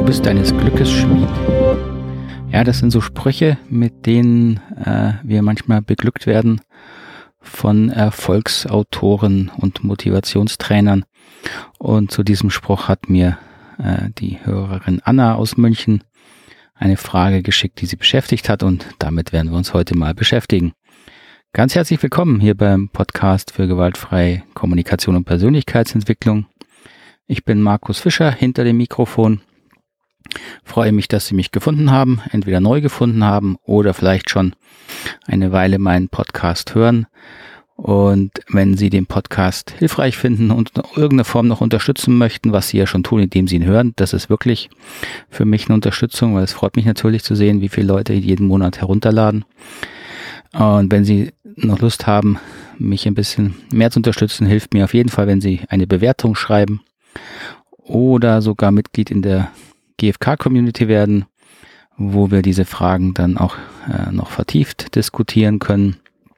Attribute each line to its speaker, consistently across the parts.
Speaker 1: bist deines Glückes Schmied. Ja, das sind so Sprüche, mit denen wir manchmal beglückt werden von Erfolgsautoren und Motivationstrainern. Und zu diesem Spruch hat mir die Hörerin Anna aus München eine Frage geschickt, die sie beschäftigt hat, und damit werden wir uns heute mal beschäftigen. Ganz herzlich willkommen hier beim Podcast für gewaltfreie Kommunikation und Persönlichkeitsentwicklung. Ich bin Markus Fischer hinter dem Mikrofon. Freue mich, dass Sie mich gefunden haben, entweder neu gefunden haben oder vielleicht schon eine Weile meinen Podcast hören. Und wenn Sie den Podcast hilfreich finden und in irgendeiner Form noch unterstützen möchten, was Sie ja schon tun, indem Sie ihn hören, das ist wirklich für mich eine Unterstützung, weil es freut mich natürlich zu sehen, wie viele Leute jeden Monat herunterladen. Und wenn Sie noch Lust haben, mich ein bisschen mehr zu unterstützen, hilft mir auf jeden Fall, wenn Sie eine Bewertung schreiben oder sogar Mitglied in der GFK-Community werden, wo wir diese Fragen dann auch noch vertieft diskutieren können.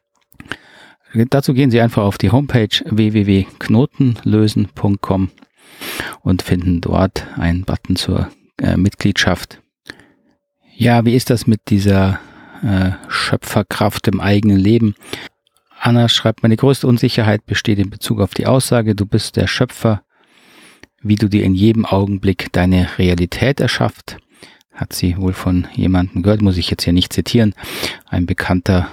Speaker 1: Dazu gehen Sie einfach auf die Homepage www.knotenlösen.com und finden dort einen Button zur Mitgliedschaft. Ja, wie ist das mit dieser Schöpferkraft im eigenen Leben? Anna schreibt, meine größte Unsicherheit besteht in Bezug auf die Aussage, du bist der Schöpfer, wie du dir in jedem Augenblick deine Realität erschafft. Hat sie wohl von jemandem gehört, muss ich jetzt hier nicht zitieren. Ein bekannter,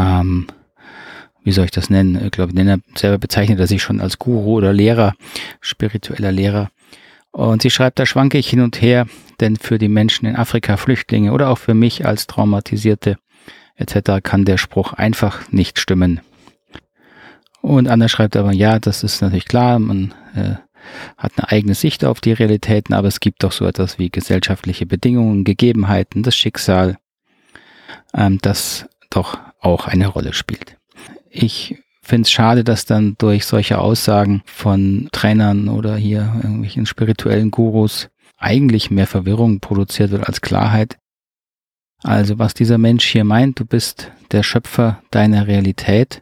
Speaker 1: wie soll ich das nennen? Ich glaube, selber bezeichnet er sich schon als Guru oder Lehrer, spiritueller Lehrer. Und sie schreibt, da schwanke ich hin und her, denn für die Menschen in Afrika, Flüchtlinge oder auch für mich als Traumatisierte etc. kann der Spruch einfach nicht stimmen. Und Anna schreibt aber, ja, das ist natürlich klar, man hat eine eigene Sicht auf die Realitäten, aber es gibt doch so etwas wie gesellschaftliche Bedingungen, Gegebenheiten, das Schicksal, das doch auch eine Rolle spielt. Ich finde es schade, dass dann durch solche Aussagen von Trainern oder hier irgendwelchen spirituellen Gurus eigentlich mehr Verwirrung produziert wird als Klarheit. Also was dieser Mensch hier meint, du bist der Schöpfer deiner Realität,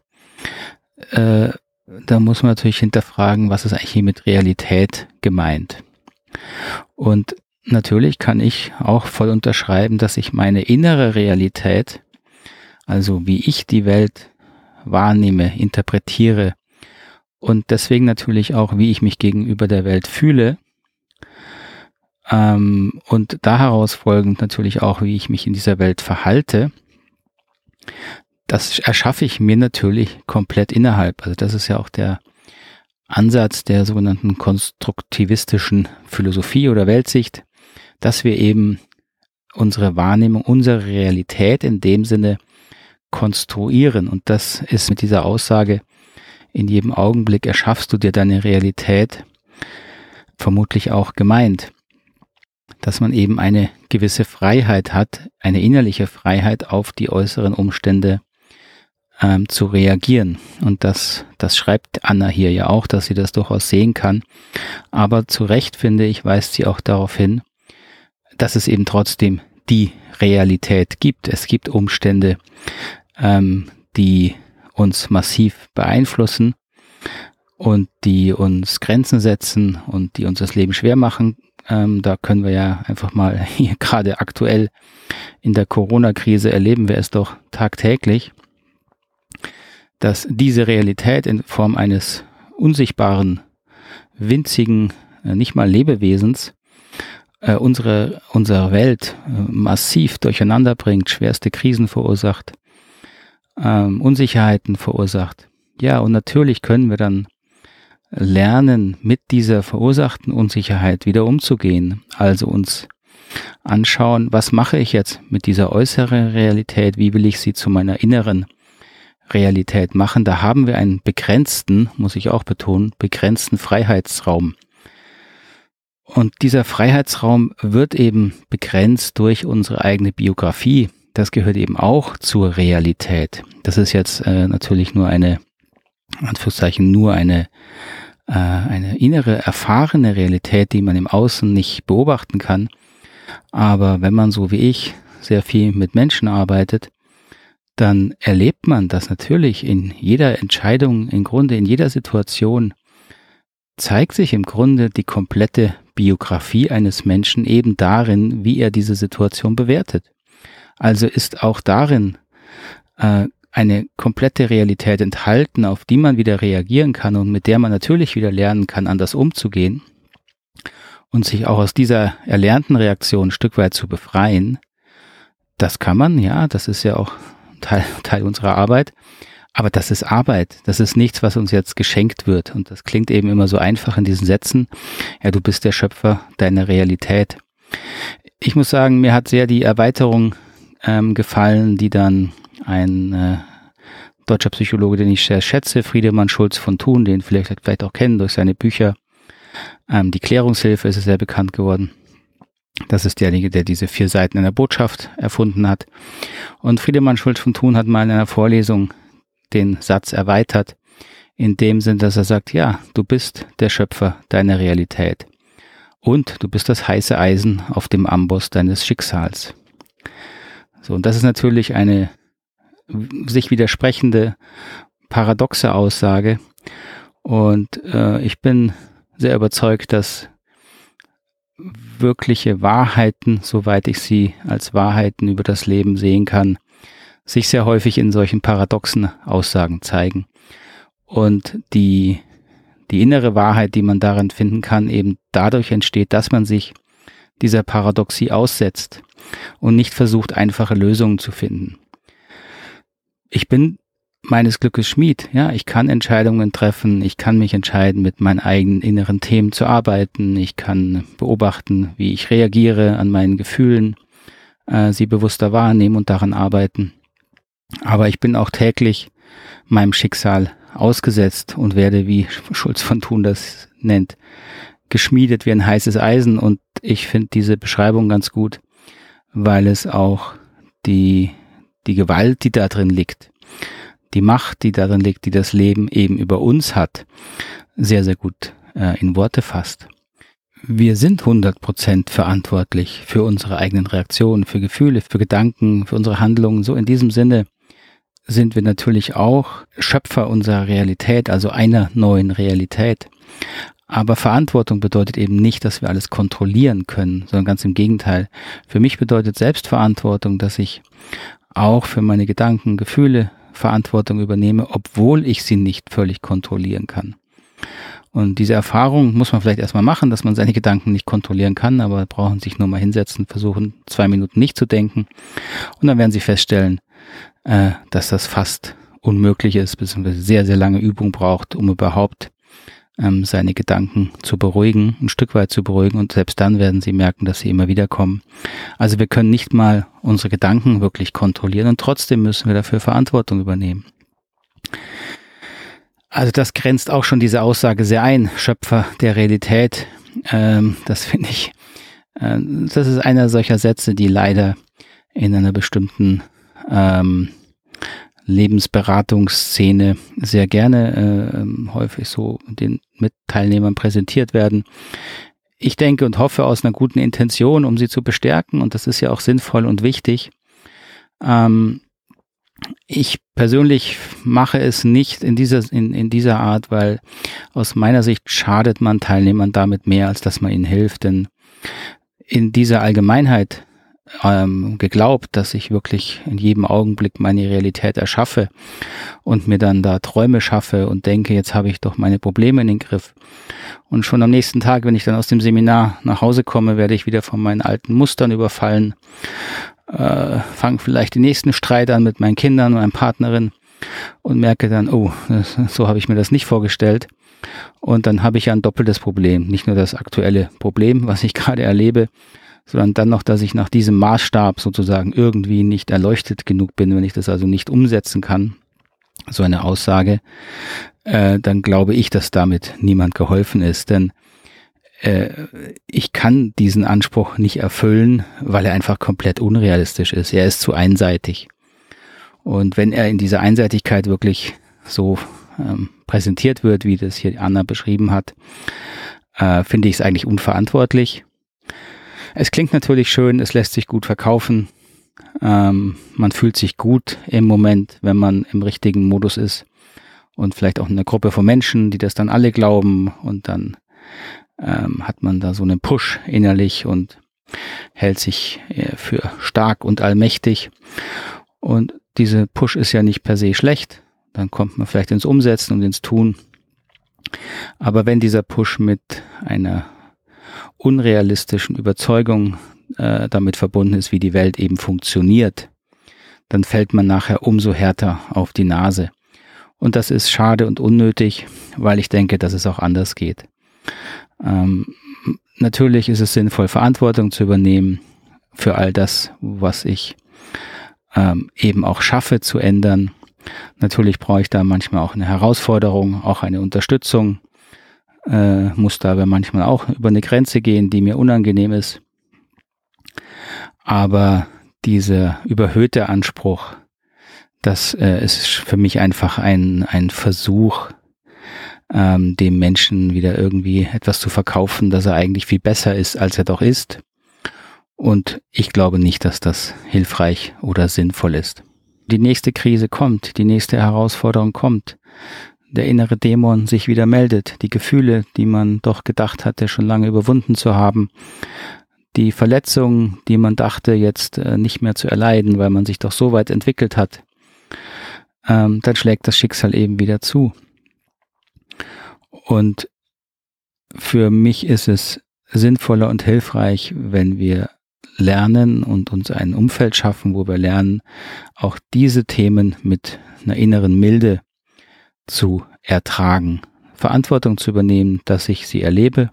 Speaker 1: da muss man natürlich hinterfragen, was ist eigentlich hier mit Realität gemeint. Und natürlich kann ich auch voll unterschreiben, dass ich meine innere Realität, also wie ich die Welt wahrnehme, interpretiere und deswegen natürlich auch, wie ich mich gegenüber der Welt fühle, und da heraus folgend natürlich auch, wie ich mich in dieser Welt verhalte, das erschaffe ich mir natürlich komplett innerhalb. Also das ist ja auch der Ansatz der sogenannten konstruktivistischen Philosophie oder Weltsicht, dass wir eben unsere Wahrnehmung, unsere Realität in dem Sinne konstruieren. Und das ist mit dieser Aussage, in jedem Augenblick erschaffst du dir deine Realität, vermutlich auch gemeint. Dass man eben eine gewisse Freiheit hat, eine innerliche Freiheit auf die äußeren Umstände zu reagieren. Und das schreibt Anna hier ja auch, dass sie das durchaus sehen kann. Aber zu Recht, finde ich, weist sie auch darauf hin, dass es eben trotzdem die Realität gibt. Es gibt Umstände, die uns massiv beeinflussen und die uns Grenzen setzen und die uns das Leben schwer machen. Da können wir ja einfach mal hier gerade aktuell in der Corona-Krise erleben wir es doch tagtäglich, dass diese Realität in Form eines unsichtbaren, winzigen, nicht mal Lebewesens, unsere Welt massiv durcheinander bringt, schwerste Krisen verursacht, Unsicherheiten verursacht. Ja, und natürlich können wir dann lernen, mit dieser verursachten Unsicherheit wieder umzugehen. Also uns anschauen, was mache ich jetzt mit dieser äußeren Realität, wie will ich sie zu meiner inneren Realität machen. Da haben wir einen begrenzten, muss ich auch betonen, begrenzten Freiheitsraum. Und dieser Freiheitsraum wird eben begrenzt durch unsere eigene Biografie. Das gehört eben auch zur Realität. Das ist jetzt natürlich nur eine, in Anführungszeichen, nur eine innere, erfahrene Realität, die man im Außen nicht beobachten kann. Aber wenn man so wie ich sehr viel mit Menschen arbeitet, dann erlebt man, dass natürlich in jeder Entscheidung, im Grunde in jeder Situation zeigt sich im Grunde die komplette Biografie eines Menschen eben darin, wie er diese Situation bewertet. Also ist auch darin eine komplette Realität enthalten, auf die man wieder reagieren kann und mit der man natürlich wieder lernen kann, anders umzugehen und sich auch aus dieser erlernten Reaktion ein Stück weit zu befreien. Das kann man, ja, das ist ja auch Teil unserer Arbeit, aber das ist Arbeit, das ist nichts, was uns jetzt geschenkt wird und das klingt eben immer so einfach in diesen Sätzen, ja, du bist der Schöpfer deiner Realität. Ich muss sagen, mir hat sehr die Erweiterung gefallen, die dann ein deutscher Psychologe, den ich sehr schätze, Friedemann Schulz von Thun, den vielleicht auch kennen durch seine Bücher, die Klärungshilfe ist sehr bekannt geworden. Das ist derjenige, der diese 4 Seiten einer Botschaft erfunden hat. Und Friedemann Schulz von Thun hat mal in einer Vorlesung den Satz erweitert, in dem Sinn, dass er sagt, ja, du bist der Schöpfer deiner Realität und du bist das heiße Eisen auf dem Amboss deines Schicksals. So, und das ist natürlich eine sich widersprechende, paradoxe Aussage. Und ich bin sehr überzeugt, dass wirkliche Wahrheiten, soweit ich sie als Wahrheiten über das Leben sehen kann, sich sehr häufig in solchen paradoxen Aussagen zeigen. Und die innere Wahrheit, die man darin finden kann, eben dadurch entsteht, dass man sich dieser Paradoxie aussetzt und nicht versucht, einfache Lösungen zu finden. Ich bin meines Glückes Schmied. Ja, ich kann Entscheidungen treffen, ich kann mich entscheiden, mit meinen eigenen inneren Themen zu arbeiten, ich kann beobachten, wie ich reagiere an meinen Gefühlen, sie bewusster wahrnehmen und daran arbeiten. Aber ich bin auch täglich meinem Schicksal ausgesetzt und werde, wie Schulz von Thun das nennt, geschmiedet wie ein heißes Eisen. Und ich finde diese Beschreibung ganz gut, weil es auch die Gewalt, die da drin liegt, die Macht, die darin liegt, die das Leben eben über uns hat, sehr, sehr gut in Worte fasst. Wir sind 100% verantwortlich für unsere eigenen Reaktionen, für Gefühle, für Gedanken, für unsere Handlungen. So in diesem Sinne sind wir natürlich auch Schöpfer unserer Realität, also einer neuen Realität. Aber Verantwortung bedeutet eben nicht, dass wir alles kontrollieren können, sondern ganz im Gegenteil. Für mich bedeutet Selbstverantwortung, dass ich auch für meine Gedanken, Gefühle Verantwortung übernehme, obwohl ich sie nicht völlig kontrollieren kann. Und diese Erfahrung muss man vielleicht erstmal machen, dass man seine Gedanken nicht kontrollieren kann, aber brauchen sich nur mal hinsetzen, versuchen 2 Minuten nicht zu denken und dann werden sie feststellen, dass das fast unmöglich ist, beziehungsweise sehr, sehr lange Übung braucht, um überhaupt seine Gedanken zu beruhigen, ein Stück weit zu beruhigen und selbst dann werden sie merken, dass sie immer wieder kommen. Also wir können nicht mal unsere Gedanken wirklich kontrollieren und trotzdem müssen wir dafür Verantwortung übernehmen. Also das grenzt auch schon diese Aussage sehr ein, Schöpfer der Realität. Das finde ich, das ist einer solcher Sätze, die leider in einer bestimmten Lebensberatungsszene sehr gerne häufig so den Mitteilnehmern präsentiert werden. Ich denke und hoffe aus einer guten Intention, um sie zu bestärken und das ist ja auch sinnvoll und wichtig. Ich persönlich mache es nicht in dieser Art, weil aus meiner Sicht schadet man Teilnehmern damit mehr, als dass man ihnen hilft, denn in dieser Allgemeinheit geglaubt, dass ich wirklich in jedem Augenblick meine Realität erschaffe und mir dann da Träume schaffe und denke, jetzt habe ich doch meine Probleme in den Griff. Und schon am nächsten Tag, wenn ich dann aus dem Seminar nach Hause komme, werde ich wieder von meinen alten Mustern überfallen, fange vielleicht den nächsten Streit an mit meinen Kindern, meiner Partnerin und merke dann, oh, so habe ich mir das nicht vorgestellt. Und dann habe ich ja ein doppeltes Problem. Nicht nur das aktuelle Problem, was ich gerade erlebe, sondern dann noch, dass ich nach diesem Maßstab sozusagen irgendwie nicht erleuchtet genug bin, wenn ich das also nicht umsetzen kann, so eine Aussage, dann glaube ich, dass damit niemand geholfen ist, denn ich kann diesen Anspruch nicht erfüllen, weil er einfach komplett unrealistisch ist. Er ist zu einseitig. Und wenn er in dieser Einseitigkeit wirklich so präsentiert wird, wie das hier Anna beschrieben hat, finde ich es eigentlich unverantwortlich. Es klingt natürlich schön, es lässt sich gut verkaufen. Man fühlt sich gut im Moment, wenn man im richtigen Modus ist und vielleicht auch in einer Gruppe von Menschen, die das dann alle glauben und dann hat man da so einen Push innerlich und hält sich für stark und allmächtig. Und diese Push ist ja nicht per se schlecht. Dann kommt man vielleicht ins Umsetzen und ins Tun. Aber wenn dieser Push mit einer unrealistischen Überzeugung damit verbunden ist, wie die Welt eben funktioniert, dann fällt man nachher umso härter auf die Nase. Und das ist schade und unnötig, weil ich denke, dass es auch anders geht. Natürlich ist es sinnvoll, Verantwortung zu übernehmen für all das, was ich eben auch schaffe zu ändern. Natürlich brauche ich da manchmal auch eine Herausforderung, auch eine Unterstützung, muss da aber manchmal auch über eine Grenze gehen, die mir unangenehm ist. Aber dieser überhöhte Anspruch, das ist für mich einfach ein Versuch, dem Menschen wieder irgendwie etwas zu verkaufen, dass er eigentlich viel besser ist, als er doch ist. Und ich glaube nicht, dass das hilfreich oder sinnvoll ist. Die nächste Krise kommt, die nächste Herausforderung kommt, der innere Dämon sich wieder meldet, die Gefühle, die man doch gedacht hatte, schon lange überwunden zu haben, die Verletzungen, die man dachte, jetzt nicht mehr zu erleiden, weil man sich doch so weit entwickelt hat, dann schlägt das Schicksal eben wieder zu. Und für mich ist es sinnvoller und hilfreich, wenn wir lernen und uns ein Umfeld schaffen, wo wir lernen, auch diese Themen mit einer inneren Milde zu ertragen, Verantwortung zu übernehmen, dass ich sie erlebe,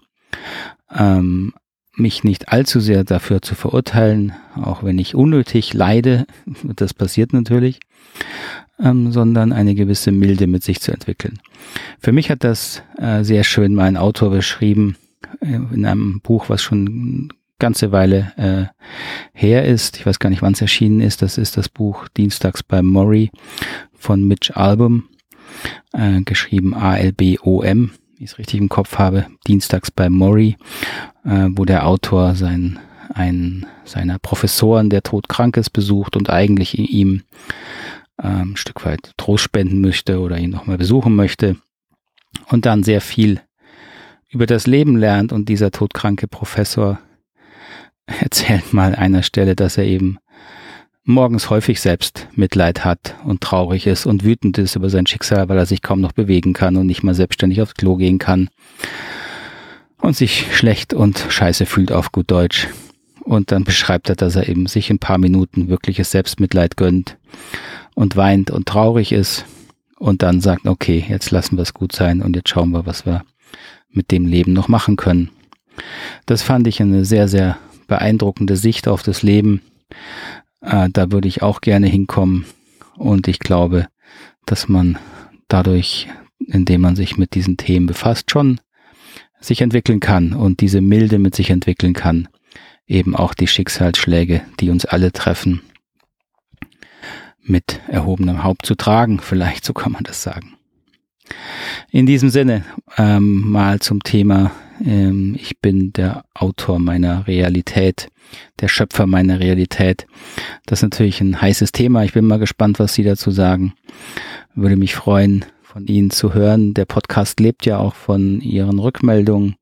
Speaker 1: mich nicht allzu sehr dafür zu verurteilen, auch wenn ich unnötig leide, das passiert natürlich, sondern eine gewisse Milde mit sich zu entwickeln. Für mich hat das sehr schön mein Autor beschrieben in einem Buch, was schon eine ganze Weile her ist. Ich weiß gar nicht, wann es erschienen ist. Das ist das Buch Dienstags bei Mori von Mitch Albom, geschrieben A-L-B-O-M, wie ich es richtig im Kopf habe, Dienstags bei Mori, wo der Autor seiner Professoren, der todkrank ist, besucht und eigentlich ihm ein Stück weit Trost spenden möchte oder ihn nochmal besuchen möchte und dann sehr viel über das Leben lernt. Und dieser todkranke Professor erzählt mal an einer Stelle, dass er eben morgens häufig selbst Mitleid hat und traurig ist und wütend ist über sein Schicksal, weil er sich kaum noch bewegen kann und nicht mal selbstständig aufs Klo gehen kann und sich schlecht und scheiße fühlt auf gut Deutsch. Und dann beschreibt er, dass er eben sich ein paar Minuten wirkliches Selbstmitleid gönnt und weint und traurig ist und dann sagt, okay, jetzt lassen wir es gut sein und jetzt schauen wir, was wir mit dem Leben noch machen können. Das fand ich eine sehr, sehr beeindruckende Sicht auf das Leben. Da würde ich auch gerne hinkommen und ich glaube, dass man dadurch, indem man sich mit diesen Themen befasst, schon sich entwickeln kann und diese Milde mit sich entwickeln kann, eben auch die Schicksalsschläge, die uns alle treffen, mit erhobenem Haupt zu tragen, vielleicht, so kann man das sagen. In diesem Sinne mal zum Thema, ich bin der Autor meiner Realität, der Schöpfer meiner Realität. Das ist natürlich ein heißes Thema. Ich bin mal gespannt, was Sie dazu sagen. Würde mich freuen, von Ihnen zu hören. Der Podcast lebt ja auch von Ihren Rückmeldungen.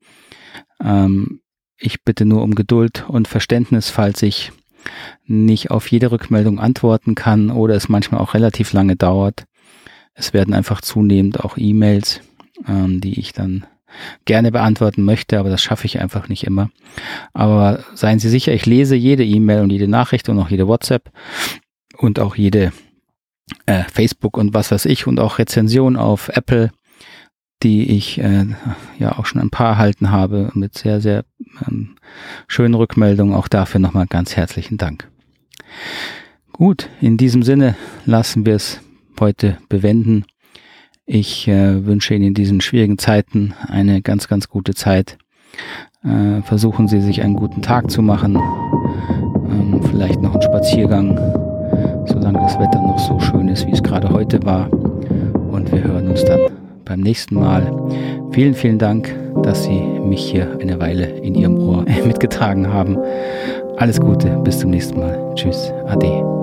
Speaker 1: Ich bitte nur um Geduld und Verständnis, falls ich nicht auf jede Rückmeldung antworten kann oder es manchmal auch relativ lange dauert. Es werden einfach zunehmend auch E-Mails, die ich dann gerne beantworten möchte, aber das schaffe ich einfach nicht immer. Aber seien Sie sicher, ich lese jede E-Mail und jede Nachricht und auch jede WhatsApp und auch jede Facebook und was weiß ich und auch Rezension auf Apple, die ich ja auch schon ein paar erhalten habe mit sehr, sehr schönen Rückmeldungen. Auch dafür nochmal ganz herzlichen Dank. Gut, in diesem Sinne lassen wir es heute bewenden. Ich wünsche Ihnen in diesen schwierigen Zeiten eine ganz, ganz gute Zeit. Versuchen Sie, sich einen guten Tag zu machen. Vielleicht noch einen Spaziergang, solange das Wetter noch so schön ist, wie es gerade heute war. Und wir hören uns dann beim nächsten Mal. Vielen, vielen Dank, dass Sie mich hier eine Weile in Ihrem Ohr mitgetragen haben. Alles Gute, bis zum nächsten Mal. Tschüss, ade.